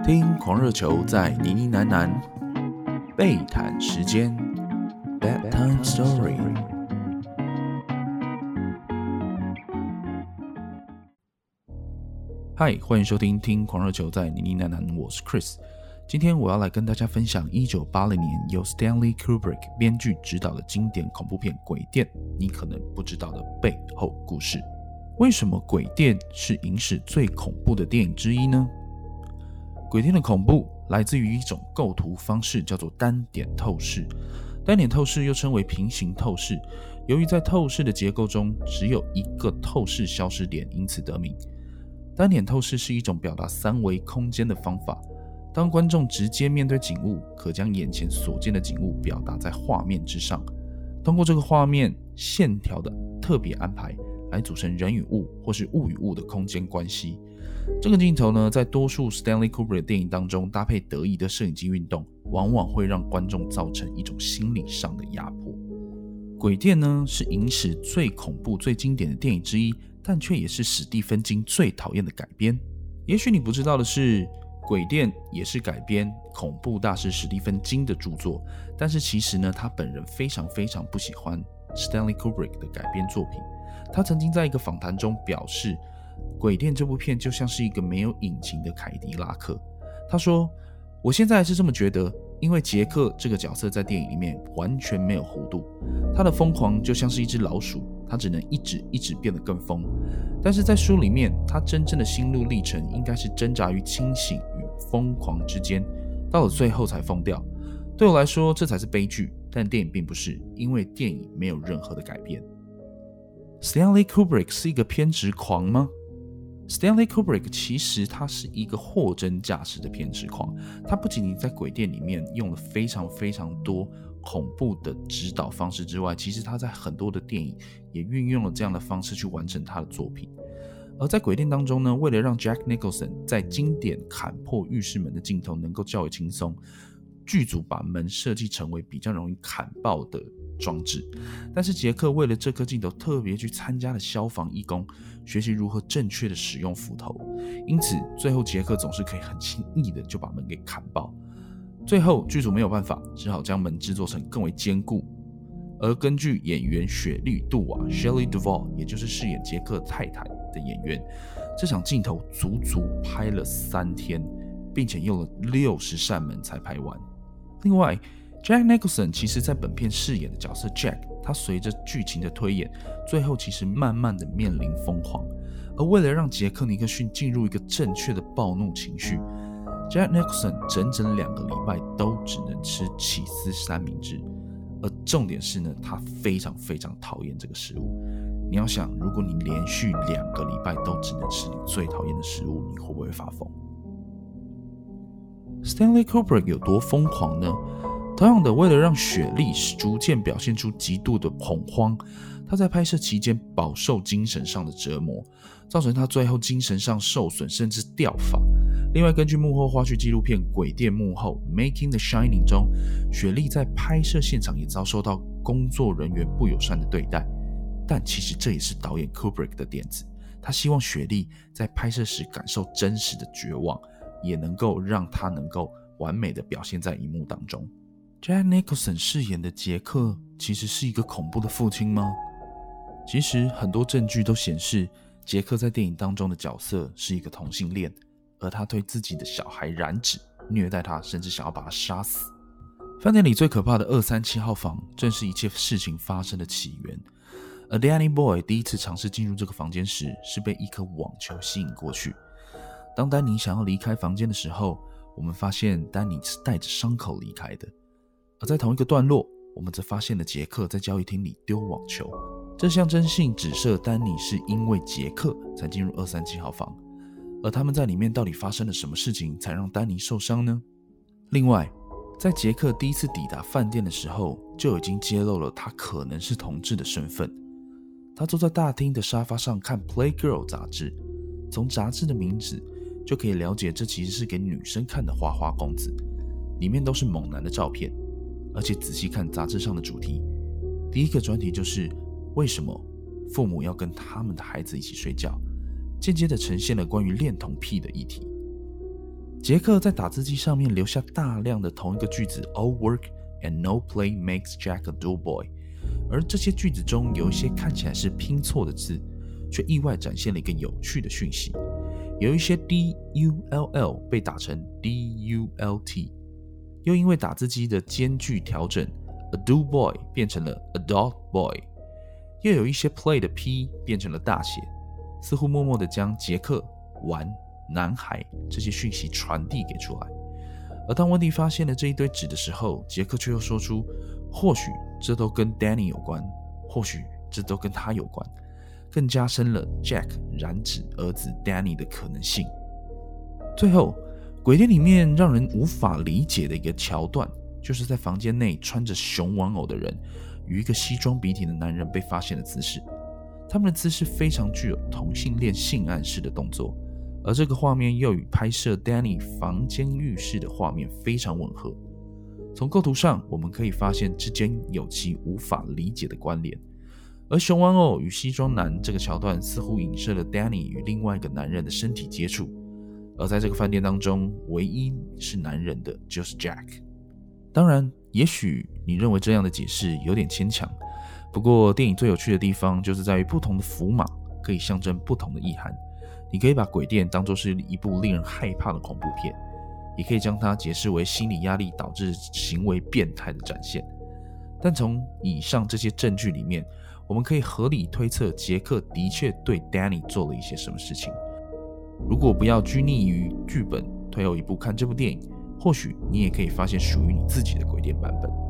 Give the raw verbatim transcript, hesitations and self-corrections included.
听狂热球在呢呢喃喃，备谈时间 Bedtime Story。嗨，欢迎收听听狂热球在呢呢喃喃，我是 Chris。今天我要来跟大家分享一九八零年由 Stanley Kubrick 编剧执导的经典恐怖片《鬼店》，你可能不知道的背后故事。为什么《鬼店》是影史最恐怖的电影之一呢？《鬼店》的恐怖来自于一种构图方式，叫做单点透视。单点透视又称为平行透视，由于在透视的结构中只有一个透视消失点，因此得名。单点透视是一种表达三维空间的方法。当观众直接面对景物，可将眼前所见的景物表达在画面之上，通过这个画面线条的特别安排来组成人与物或是物与物的空间关系。这个镜头呢，在多数 Stanley Kubrick 的电影当中搭配得意的摄影机运动，往往会让观众造成一种心理上的压迫。鬼店呢，是影史最恐怖最经典的电影之一，但却也是史蒂芬金最讨厌的改编。也许你不知道的是，鬼店也是改编恐怖大师史蒂芬金的著作，但是其实呢，他本人非常非常不喜欢 Stanley Kubrick 的改编作品。他曾经在一个访谈中表示，鬼店这部片就像是一个没有引擎的凯迪拉克。他说，我现在还是这么觉得，因为杰克这个角色在电影里面完全没有弧度，他的疯狂就像是一只老鼠，他只能一直一直变得更疯。但是在书里面，他真正的心路历程应该是挣扎于清醒与疯狂之间，到了最后才疯掉。对我来说，这才是悲剧，但电影并不是，因为电影没有任何的改变。Stanley Kubrick 是一个偏执狂吗？ Stanley Kubrick 其实他是一个货真价实的偏执狂，他不仅仅在鬼店里面用了非常非常多恐怖的指导方式之外，其实他在很多的电影也运用了这样的方式去完成他的作品。而在鬼店当中呢，为了让 Jack Nicholson 在经典砍破浴室门的镜头能够较为轻松，剧组把门设计成为比较容易砍爆的装置。但是杰克为了这颗镜头特别去参加了消防义工，学习如何正确的使用斧头，因此最后杰克总是可以很轻易的就把门给砍爆。最后剧组没有办法，只好将门制作成更为坚固。而根据演员雪莉·杜瓦 Shelley Duvall， 也就是饰演杰克太太的演员，这场镜头足足拍了三天，并且用了六十扇门才拍完。另外 Jack Nicholson 其实在本片饰演的角色 Jack， 他随着剧情的推演，最后其实慢慢的面临疯狂。而为了让杰克尼克逊进入一个正确的暴怒情绪， Jack Nicholson 整整两个礼拜都只能吃起司三明治。而重点是呢，他非常非常讨厌这个食物。你要想，如果你连续两个礼拜都只能吃你最讨厌的食物，你会不会发疯？ Stanley Kubrick 有多疯狂呢？同样的，为了让雪莉逐渐表现出极度的恐慌，他在拍摄期间饱受精神上的折磨，造成他最后精神上受损，甚至掉发。另外，根据幕后花絮纪录片《鬼店幕后 Making the Shining》中，雪莉在拍摄现场也遭受到工作人员不友善的对待。但其实这也是导演 Kubrick 的点子，他希望雪莉在拍摄时感受真实的绝望，也能够让她能够完美的表现在荧幕当中。Jack Nicholson 饰演的杰克其实是一个恐怖的父亲吗？其实很多证据都显示，杰克在电影当中的角色是一个同性恋，而他对自己的小孩染指，虐待他，甚至想要把他杀死。饭店里最可怕的二三七号房，正是一切事情发生的起源。而 Danny Boy 第一次尝试进入这个房间时，是被一颗网球吸引过去。当丹尼想要离开房间的时候，我们发现丹尼是带着伤口离开的。而在同一个段落，我们则发现了杰克在交易厅里丢网球。这象征性指涉丹尼是因为杰克才进入二三七号房，而他们在里面到底发生了什么事情才让丹尼受伤呢？另外，在杰克第一次抵达饭店的时候，就已经揭露了他可能是同志的身份。他坐在大厅的沙发上看 Playgirl 杂志，从杂志的名字就可以了解，这其实是给女生看的花花公子，里面都是猛男的照片。而且仔细看杂志上的主题，第一个专题就是为什么父母要跟他们的孩子一起睡觉，间接的呈现了关于恋童癖的议题。 杰克在打字机上面留下大量的同一个句子 All work and no play makes Jack a dull boy， 而这些句子中有一些看起来是拼错的字，却意外展现了一个有趣的讯息。有一些 D U L L 被打成 D U L T， 又因为打字机的间距调整 A dull boy 变成了 A dull boy， 又有一些 play 的 P 变成了大写，似乎默默地将杰克、玩、男孩这些讯息传递给出来。而当温蒂发现了这一堆纸的时候，杰克却又说出或许这都跟 Danny 有关，或许这都跟他有关，更加深了 Jack 染指儿子 Danny 的可能性。最后，鬼店里面让人无法理解的一个桥段，就是在房间内穿着熊玩偶的人与一个西装笔挺的男人被发现的姿势。他们的姿势非常具有同性恋性暗示的动作，而这个画面又与拍摄 Danny 房间浴室的画面非常吻合。从构图上，我们可以发现之间有其无法理解的关联。而熊玩偶与西装男这个桥段似乎影射了 Danny 与另外一个男人的身体接触，而在这个饭店当中，唯一是男人的就是 Jack。 当然，也许你认为这样的解释有点牵强，不过电影最有趣的地方就是在于不同的符码可以象征不同的意涵。你可以把鬼店当作是一部令人害怕的恐怖片，也可以将它解释为心理压力导致行为变态的展现。但从以上这些证据里面，我们可以合理推测杰克的确对 Danny 做了一些什么事情。如果不要拘泥于剧本，退后一步看这部电影，或许你也可以发现属于你自己的鬼店版本。